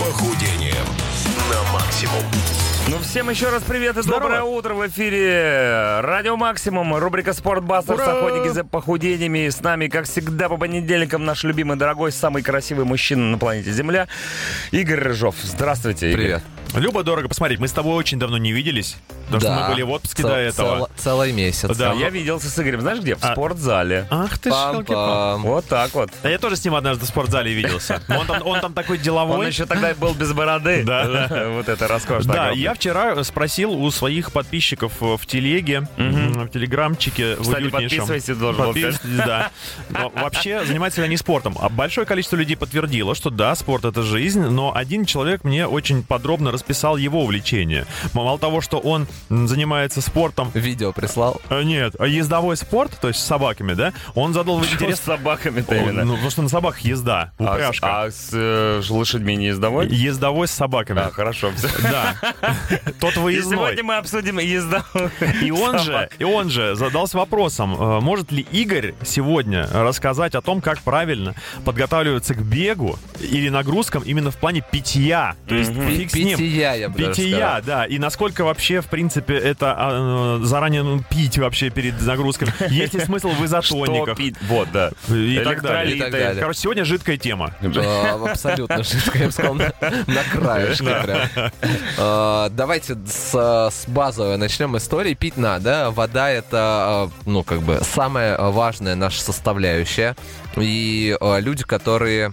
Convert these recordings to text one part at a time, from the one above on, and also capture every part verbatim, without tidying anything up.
похудением на максимум. Ну, всем еще раз привет и Здорово. доброе утро. В эфире Радио Максимум, рубрика «Спортбастер», охотники за похудениями. С нами, как всегда, по понедельникам наш любимый, дорогой, самый красивый мужчина на планете Земля, Игорь Рыжов. Здравствуйте, Игорь. Привет. Любо, дорого посмотреть. Мы с тобой очень давно не виделись, потому Да. что мы были в отпуске Цел- до этого. цел- целый месяц. Да. Я виделся с Игорем, знаешь где? В А. спортзале. Ах ты ж, елки-палки. Пам-пам. Вот так вот. А я тоже с ним однажды в спортзале виделся. Он там, он там такой Он деловой. еще тогда был без бороды. Да. Вот это роскошно. Да, я вчера спросил у своих подписчиков в телеге, в телеграмчике, в Кстати, уютнейшем. подписывайся, должен был сказать. Подписывайтесь, да. Но вообще, занимаются ли они спортом? А большое количество людей подтвердило, что да, спорт — это жизнь, но один человек мне очень подробно расписал его увлечение. Мало того, что он м, занимается спортом... Видео прислал. э, Нет, а ездовой спорт, то есть с собаками, да, он задал Что с интерес... собаками-то О, именно? Ну, потому что на собаках езда, А с- упряжка. А с э, лошадьми не ездовой? Ездовой с собаками. А, хорошо. Да. Тот И выездной. сегодня мы обсудим ездовую. И он же, собак. и он же задался вопросом, э, может ли Игорь сегодня рассказать о том, как правильно подготавливаться к бегу или нагрузкам именно в плане питья. То есть фиг с ним. Питья, я бы даже Питья, сказал. да. И насколько вообще, в принципе, это а, э, заранее ну, пить вообще перед нагрузками. Есть ли смысл в Что изотониках? пить? Вот, да. И так далее. И так далее. Короче, сегодня жидкая тема. Э, Абсолютно жидкая, я бы сказал, на на краешке прям. Э, Давайте с с базовой начнем истории. Пить надо. Вода — это, э, ну, как бы, самая важная наша составляющая. И э, люди, которые...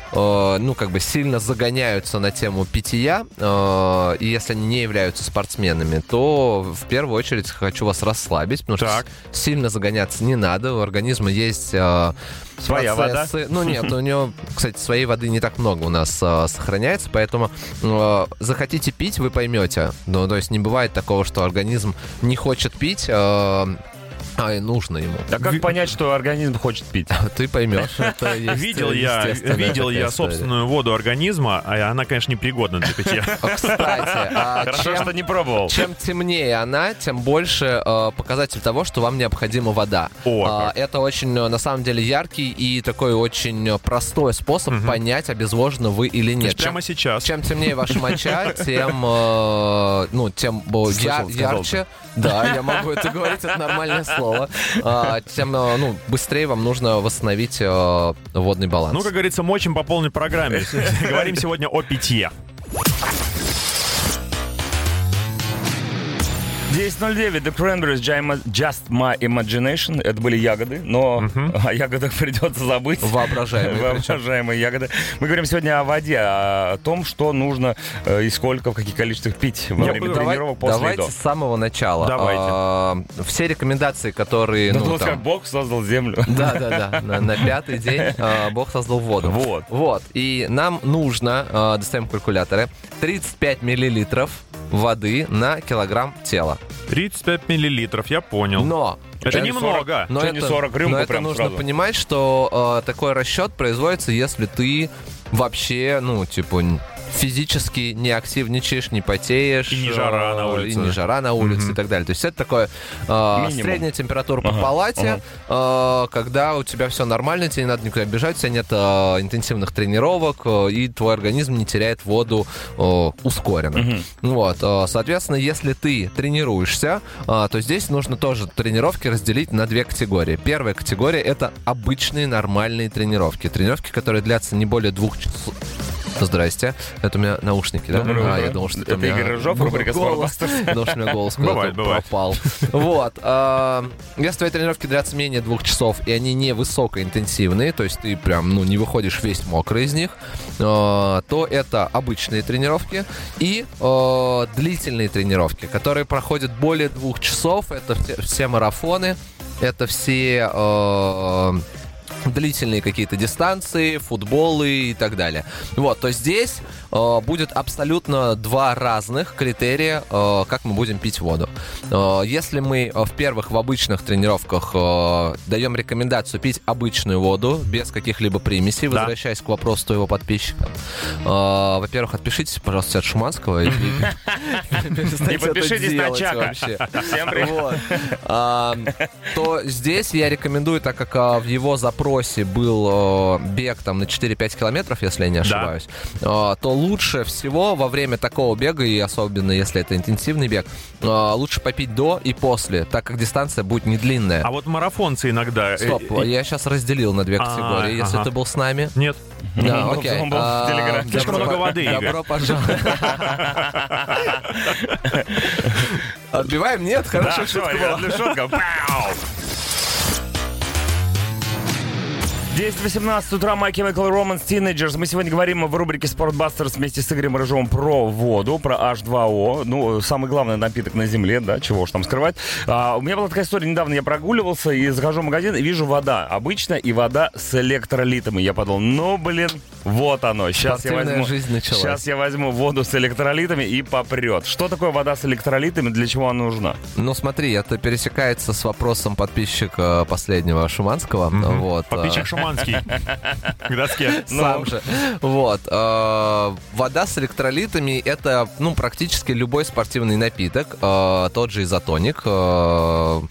э, ну, как бы сильно загоняются на тему питья, э, и если они не являются спортсменами, то в первую очередь хочу вас расслабить, потому Так. что сильно загоняться не надо, у организма есть э, Своя процессы. Ну нет, у него, кстати, своей воды не так много у нас э, сохраняется, поэтому э, захотите пить, вы поймете. Ну, то есть не бывает такого, что организм не хочет пить, э, а и нужно ему. А как понять, что организм хочет пить? Ты поймешь. Это есть Видел я, естественная видел такая я история. собственную воду организма, а она, конечно, непригодна для питья. А, Кстати, а Хорошо, чем- что не пробовал. Чем темнее она, тем больше э, показатель того, что вам необходима вода. О, А, как. это очень, э, на самом деле, яркий и такой очень э, простой способ понять, обезвожены вы или То нет. есть прямо Чем- сейчас. Чем темнее ваша моча, тем, э, ну, тем э, я- Слышал, сказал ярче. Да, я могу это говорить, это нормальное слово. А, тем, э, ну, быстрее вам нужно восстановить э, водный баланс. Ну, как говорится, мочим по полной программе. Говорим сегодня о питье. десять ноль девять, The Cranberries, Just My Imagination. Это были ягоды, но о ягодах придется забыть. Воображаемые причем. Воображаемые ягоды. Мы говорим сегодня о воде, о том, что нужно э, и сколько, в каких количествах пить во Я время бы- тренировок, после и Давайте до. с самого начала. Давайте. А, все рекомендации, которые... Да, ну, вот там- как Бог создал землю. Да-да-да, на, на пятый день а, Бог создал воду. Вот. Вот, и нам нужно, а, достаем калькуляторы, тридцать пять миллилитров воды на килограмм тела. тридцать пять миллилитров, я понял. Но... Это не немного. Но Что не это, сорок, рюмку но это прям нужно сразу. понимать, что э, такой расчет производится, если ты вообще, ну, типа, н- физически не активничаешь, не потеешь. И не жара на э, улице. И не жара на улице и так далее. То есть это такое э, Минимум. средняя температура по Ага, палате, э, когда у тебя все нормально, тебе не надо никуда бежать, у тебя нет э, интенсивных тренировок, э, и твой организм не теряет воду э, ускоренно. Вот, э, соответственно, если ты тренируешься, э, то здесь нужно тоже тренировки разделить на две категории. Первая категория — это обычные нормальные тренировки. Тренировки, которые длятся не более двух часов. Здрасте. Это у меня наушники, да? Доброе А, утро. я думал, что Это у меня Игорь Рыжов, рубрика голос. «Спортбастер». Я думал, что у меня голос куда-то Бывает, бывает. пропал. Вот. э, Если твои тренировки длятся менее двух часов, и они не высокоинтенсивные, то есть ты прям, ну, не выходишь весь мокрый из них, э, то это обычные тренировки и э, длительные тренировки, которые проходят более двух часов. Это все, все марафоны, это все... э, длительные какие-то дистанции, футболы и так далее. Вот, то здесь э, будет абсолютно два разных критерия, э, как мы будем пить воду. Э, если мы э, в первых, в обычных тренировках э, даем рекомендацию пить обычную воду, без каких-либо примесей, Да. возвращаясь к вопросу твоего подписчика, э, во-первых, отпишитесь, пожалуйста, от Шуманского и И подпишитесь на Чака. Всем привет. Вот. А, то здесь я рекомендую, так как а, в его запросе кроссе был э, бег там на четыре-пять километров, если я не ошибаюсь, да. э, то лучше всего во время такого бега, и особенно если это интенсивный бег, э, лучше попить до и после, так как дистанция будет не длинная. А вот марафонцы иногда... Стоп, я сейчас разделил на две категории, а, если ага. ты был с нами. Нет. Да, окей. Он был в Телеграме. Слишком много воды, Игорь. Добро пожаловать. Отбиваем? Нет? Хорошо, шутка была. десять восемнадцать утра, My Chemical Romance, Teenagers. Мы сегодня говорим в рубрике Sportbusters вместе с Игорем Рыжовым про воду, про эйч два о. Ну, самый главный напиток на земле, да, чего уж там скрывать. А, у меня была такая история, недавно я прогуливался и захожу в магазин и вижу вода обычная и вода с электролитами. Я подумал, ну, блин, вот оно. Сейчас я возьму, жизнь началась. Сейчас я возьму воду с электролитами и попрет. Что такое вода с электролитами, для чего она нужна? Ну, смотри, это пересекается с вопросом подписчика последнего Шуманского. Mm-hmm. Вот. Подписчик Шуманский. К доске. Сам же. Вот. Вода с электролитами — это, ну, практически любой спортивный напиток. Тот же изотоник. Что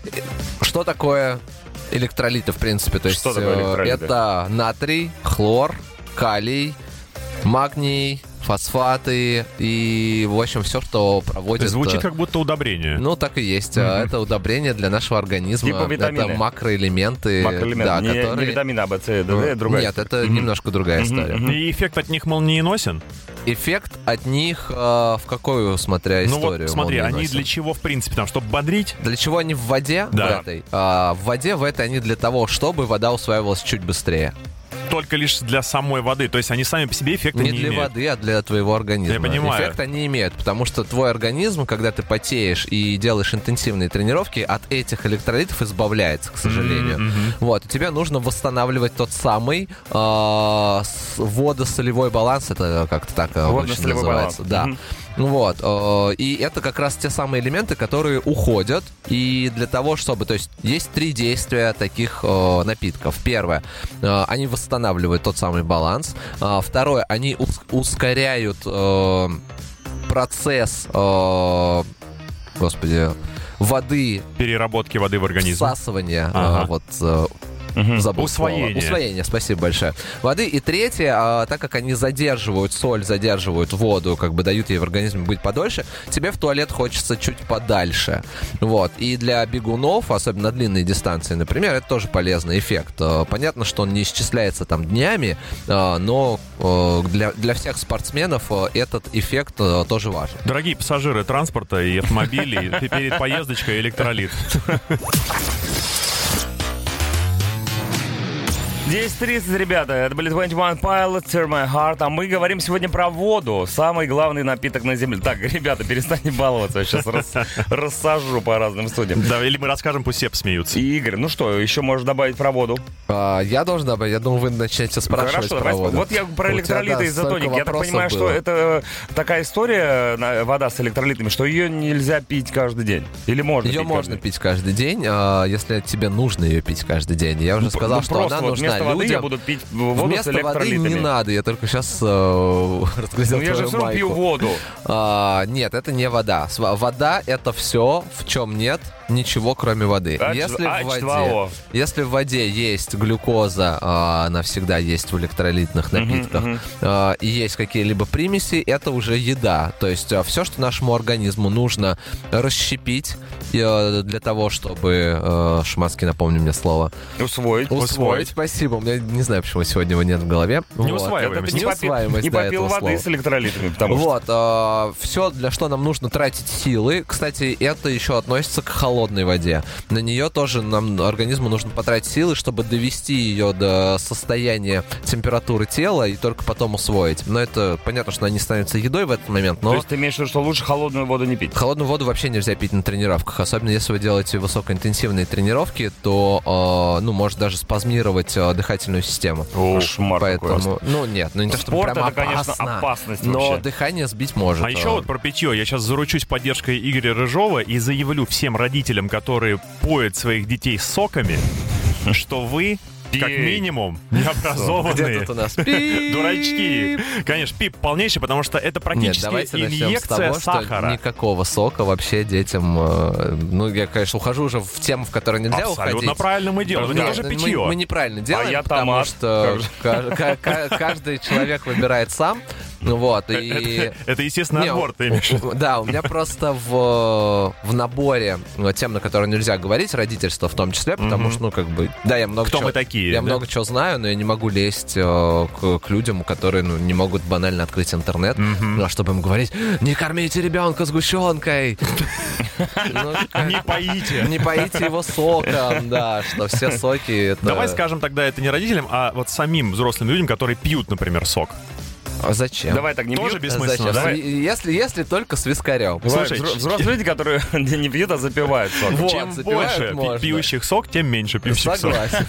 такое электролиты, в принципе? То есть это натрий, хлор, калий, магний, фосфаты и, в общем, все, что проводит... Звучит как будто удобрение. Ну, так и есть. Mm-hmm. Это удобрение для нашего организма. Типа витамины. Это макроэлементы. Макроэлементы. Да, не, которые... не витамины А, Б, С, Д, другая. Нет, это mm-hmm. немножко другая история. Mm-hmm. И эффект от них молниеносен? Эффект от них э, в какую, смотря историю? Ну вот, смотри, они для чего, в принципе, там, чтобы бодрить? Для чего они в воде? Да. В этой? А, в воде в этой они для того, чтобы вода усваивалась чуть быстрее. Только лишь для самой воды. То есть они сами по себе эффекта не, не имеют. Не для воды, а для твоего организма. Я понимаю. Эффект они имеют, потому что твой организм, когда ты потеешь и делаешь интенсивные тренировки, от этих электролитов избавляется, к сожалению. Mm-hmm. Вот, и тебе нужно восстанавливать тот самый э, водосолевой баланс, это как-то так обычно называется. Да. Mm-hmm. Вот, э, и это как раз те самые элементы, которые уходят, и для того, чтобы, то есть есть три действия таких э, напитков. Первое, э, они восстанавливают тот самый баланс. Э, второе, они ус- ускоряют э, процесс, э, господи, воды, переработки воды в организме, всасывания, ага. э, вот. Э, Угу. Забыл Усвоение. Слово. Усвоение, спасибо большое. Воды. И третье, а, так как они задерживают соль, задерживают воду, как бы дают ей в организме быть подольше, тебе в туалет хочется чуть подальше. Вот. И для бегунов, особенно на длинные дистанции, например, это тоже полезный эффект. Понятно, что он не исчисляется там днями, но для, для всех спортсменов этот эффект тоже важен. Дорогие пассажиры транспорта и автомобилей, ты перед поездочкой электролит. десять тридцать, ребята, это были двадцать один Pilots, Tear My Heart, а мы говорим сегодня про воду, самый главный напиток на земле. Так, ребята, перестаньте баловаться, я сейчас рас, рассажу по разным студиям. Да, или мы расскажем, пусть все посмеются. И, Игорь, ну что, еще можешь добавить про воду? А, я должен добавить, я думаю, вы начнете спрашивать. Хорошо, про воду. Вот я про У электролиты тебя, и изотоник. да, Я так понимаю, было. что это такая история, вода с электролитами, что ее нельзя пить каждый день. Или можно ее пить можно каждый пить каждый день, если тебе нужно ее пить каждый день. Я уже ну, сказал, ну, что она вот нужна вместо людям. воды я буду пить воду Вместо с электролитами. воды не надо, я только сейчас э, разглядел Ну я же твою все равно майку. пью воду. А, нет, это не вода. Вода — это все, в чем нет ничего, кроме воды. H- если, в эйч два о. воде, если в воде есть глюкоза, а, она всегда есть в электролитных напитках, uh-huh, uh-huh. а, и есть какие-либо примеси, это уже еда. То есть а, все, что нашему организму нужно расщепить а, для того, чтобы... А, Шуманский, напомни мне слово. Усвоить. Усвоить. Усвоить. Спасибо. У меня не знаю, почему сегодня его нет в голове. Не Вот. усваиваемость. Это ты не попил, Неусваиваемость, не да, попил этого воды слова. с электролитами, потому что... Вот, э, все, для что нам нужно тратить силы. Кстати, это еще относится к холодной воде. На нее тоже нам, организму, нужно потратить силы, чтобы довести ее до состояния температуры тела и только потом усвоить. Но это понятно, что она не становится едой в этот момент, но... То есть ты имеешь в виду, что лучше холодную воду не пить? Холодную воду вообще нельзя пить на тренировках. Особенно если вы делаете высокоинтенсивные тренировки, то, э, ну, может даже спазмировать э, дыхательную систему. О, кошмар Поэтому, ну, нет, ну не то, чтобы Спорт прям это, конечно, опасно, опасность но вообще. дыхание сбить может. А еще вот про питье. Я сейчас заручусь поддержкой Игоря Рыжова и заявлю всем родителям, которые поят своих детей соками, что вы как минимум, необразованные. Где тут у нас пип? Дурачки. Конечно, пип полнейший, потому что это Нет, практически давайте начнем с инъекция того, сахара. что никакого сока вообще детям... э, Ну, я, конечно, ухожу уже в тему, в которой нельзя Абсолютно уходить. правильно мы делаем. Нет, Это тоже мы, питье. мы неправильно делаем, я потому томат. что ка- ка- ка- каждый человек выбирает сам. Вот, и... Это, естественно, Не, отбор, ты имеешь в виду. Да, у меня просто в, в наборе ну, тем, на которые нельзя говорить, родительство в том числе, потому что, ну, как бы, да, я много Кто чего, мы такие, я да? много чего знаю, но я не могу лезть э, к, к людям, которые, ну, не могут банально открыть интернет, ну, а чтобы им говорить, не кормите ребенка сгущенкой. Ну, как- Не поите. Не поите его соком, да, что все соки это... Давай скажем тогда это не родителям, а вот самим взрослым людям, которые пьют, например, сок. А зачем? Давай так не Тоже пьют. бессмысленно, Зачем? да? Если, если только с вискарем. Бывают Слушай, взро- взрослые люди, которые не пьют, а запивают сок. Вот, Чем запивают больше пи- можно. пьющих сок, тем меньше пьющих сок. Согласен.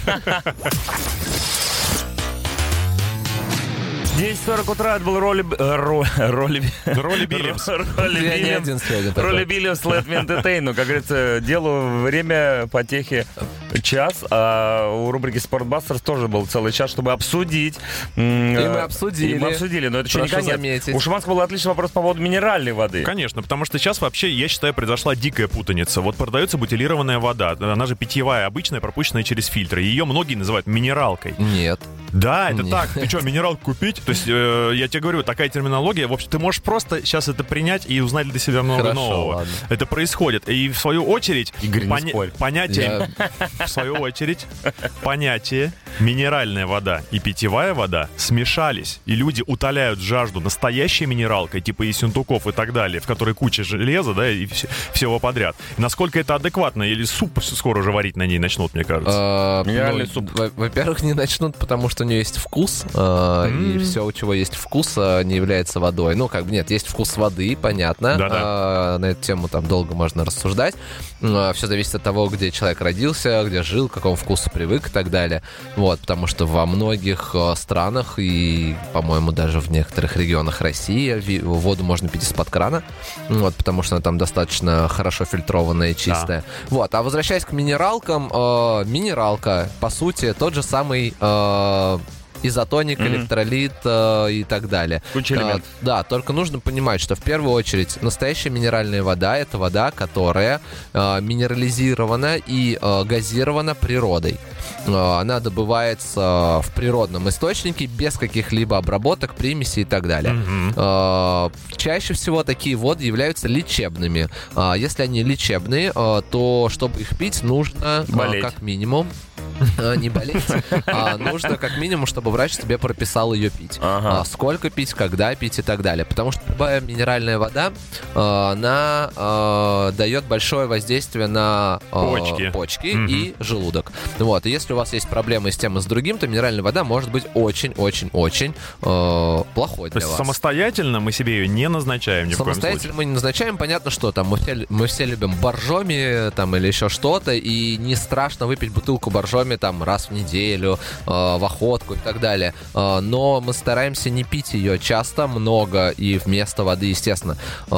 десять сорок утра, это был Роли... э, Ро- Роли... Роли Вильямс. Роли Я не Вильямс. один сегодня такой. Роли Вильямс, Let Me Entertain. Ну, как говорится, делу время, потехи час. А у рубрики Спортбастерс тоже был целый час, чтобы обсудить. И мы обсудили. И мы обсудили, но это еще не Прошу конец. заметить. У Шиманского был отличный вопрос по поводу минеральной воды. Конечно, потому что сейчас вообще, я считаю, произошла дикая путаница. Вот продается бутилированная вода, она же питьевая, обычная, пропущенная через фильтры. Ее многие называют минералкой. Нет. Да, это Нет. так. Ты что, минералку купить? То есть, э, я тебе говорю, такая терминология. В общем, ты можешь просто сейчас это принять и узнать для себя много Хорошо, нового. ладно. Это происходит. И в свою очередь, Игорь, не поня- спорь. понятие, в свою очередь, понятие минеральная вода и питьевая вода смешались. И люди утоляют жажду настоящей минералкой, типа Ессентуков и так далее, в которой куча железа, да, и вс- всего подряд. И насколько это адекватно? Или суп скоро уже варить на ней начнут, мне кажется. А, Минеральный ну, суп. во- Во-первых, не начнут, потому что у нее есть вкус, а, и все, у чего есть вкус, а, не является водой. Ну, как бы нет, есть вкус воды, понятно. Да-да. А, на эту тему там долго можно рассуждать. Все зависит от того, где человек родился, где жил, к какому вкусу привык и так далее. Вот, потому что во многих а, странах и, по-моему, даже в некоторых регионах России ви- воду можно пить из-под крана, вот, потому что она там достаточно хорошо фильтрованная и чистая. Вот, а возвращаясь к минералкам, э, минералка, по сути, тот же самый э, изотоник, Мгм. электролит э, и так далее. Куча Э, элементов. да, только нужно понимать, что в первую очередь настоящая минеральная вода — это вода, которая э, минерализирована и э, газирована природой. Э, она добывается в природном источнике без каких-либо обработок, примесей и так далее. Мгм. Э, Чаще всего такие воды являются лечебными. Э, Если они лечебные, э, то чтобы их пить, нужно э, Болеть. как минимум э, не болеть, а нужно как минимум, чтобы врач тебе прописал ее пить. Ага. А сколько пить, когда пить и так далее. Потому что любая минеральная вода, э, она э, дает большое воздействие на э, Почки. почки Мгм. и желудок. Вот. И если у вас есть проблемы с тем и с другим, то минеральная вода может быть очень-очень-очень э, плохой То для есть вас. самостоятельно мы себе ее не назначаем ни в коем случае. Самостоятельно мы не назначаем, понятно, что там мы все, мы все любим боржоми там или еще что-то, и не страшно выпить бутылку боржоми там раз в неделю, э, в охотку и так далее. Э, но мы стараемся не пить ее часто, много и вместо воды, естественно.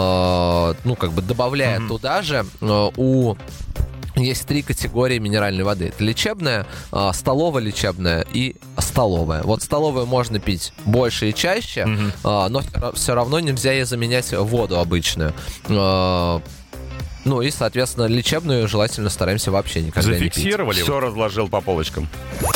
Э, ну, как бы добавляя Мгм. туда же, э, у есть три категории минеральной воды. Это лечебная, э, столово-лечебная и столовая. Вот столовую можно пить больше и чаще, Мгм. а, но все равно нельзя ей заменять воду обычную. А, Ну и, соответственно, лечебную желательно стараемся вообще никогда не пить. Зафиксировали. Все разложил по полочкам.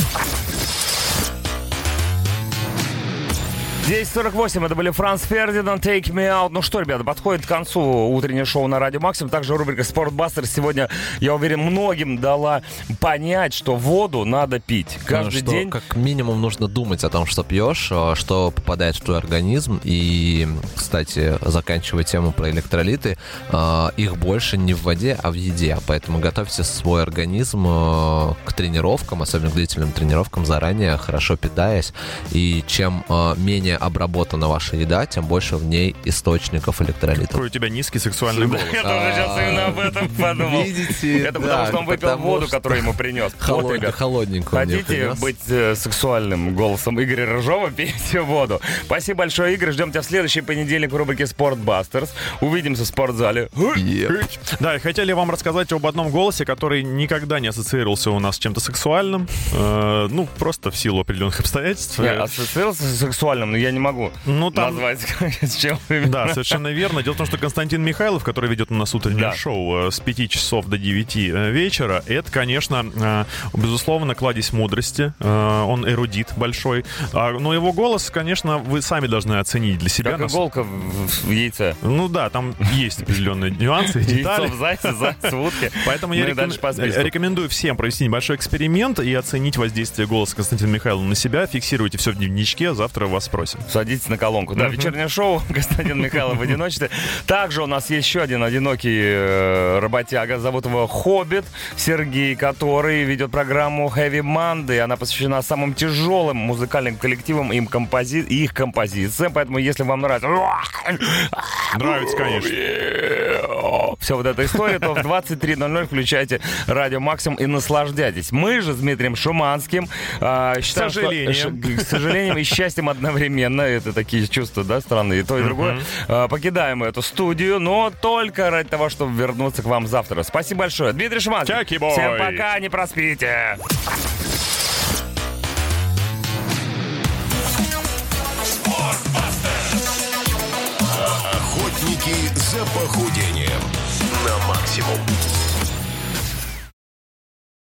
десять сорок восемь, это были Франц Фердинанд, Take Me Out. Ну что, ребята, подходит к концу утреннее шоу на Радио Максимум. Также рубрика Спортбастер сегодня, я уверен, многим дала понять, что воду надо пить каждый Что день. как минимум нужно думать о том, что пьешь, а, что попадает в твой организм. И, кстати, заканчивая тему про электролиты, а, их больше не в воде, а в еде. Поэтому готовьте свой организм а, к тренировкам, особенно к длительным тренировкам, заранее, хорошо питаясь. И чем а, менее обработана ваша еда, тем больше в ней источников электролитов. Какой у тебя низкий сексуальный голос. Я тоже сейчас именно об этом подумал. Видите? Это потому, что он выпил воду, которую ему принес. Вот, ребят. Холодненькую мне Хотите принес. быть э, сексуальным голосом Игоря Рыжова, пейте воду. Спасибо большое, Игорь. Ждем тебя в следующий понедельник в рубрике «Спортбастерс». Увидимся в спортзале. Yep. Да, и хотели вам рассказать об одном голосе, который никогда не ассоциировался у нас с чем-то сексуальным. Э, ну, просто в силу определенных обстоятельств. Не, ассоциировался с сексуальным, но я не могу Ну, там- назвать, с чем именно. Да, совершенно верно. Дело в том, что Константин Михайлов, который ведет у нас утреннее Да. шоу э, с пяти часов до девяти э, вечера, это, конечно, э, безусловно, кладезь мудрости. Э, Он эрудит большой. А, Но его голос, конечно, вы сами должны оценить для себя. Как Нас- иголка в, в яйце. Ну да, там есть определенные нюансы, детали. Яйцо в зайце, зайце в утке. Поэтому Ну я и рекомен- дальше по списку. рекомендую всем провести небольшой эксперимент и оценить воздействие голоса Константина Михайлова на себя. Фиксируйте все в дневничке, завтра вас спросим. Садитесь на колонку. Да, вечернее шоу Константин Михайлов в одиночестве. Также у нас есть еще один одинокий э, работяга. Зовут его Хоббит Сергей, который ведет программу Heavy Monday. Она посвящена самым тяжелым музыкальным коллективам и им компози- и их композициям. Поэтому, если вам нравится... Нравится, конечно. Все вот эта история, то в двадцать три ноль ноль включайте Радио Максимум и наслаждайтесь. Мы же с Дмитрием Шуманским э, считаем, что- сожалением. ш- к сожалением и счастьем одновременно, это такие чувства, да, странные, и то, и другое, э, покидаем эту студию, но только ради того, чтобы вернуться к вам завтра. Спасибо большое. Дмитрий Шуманский. Чаки-бой. Всем пока, не проспите. Охотники за похудением на максимум.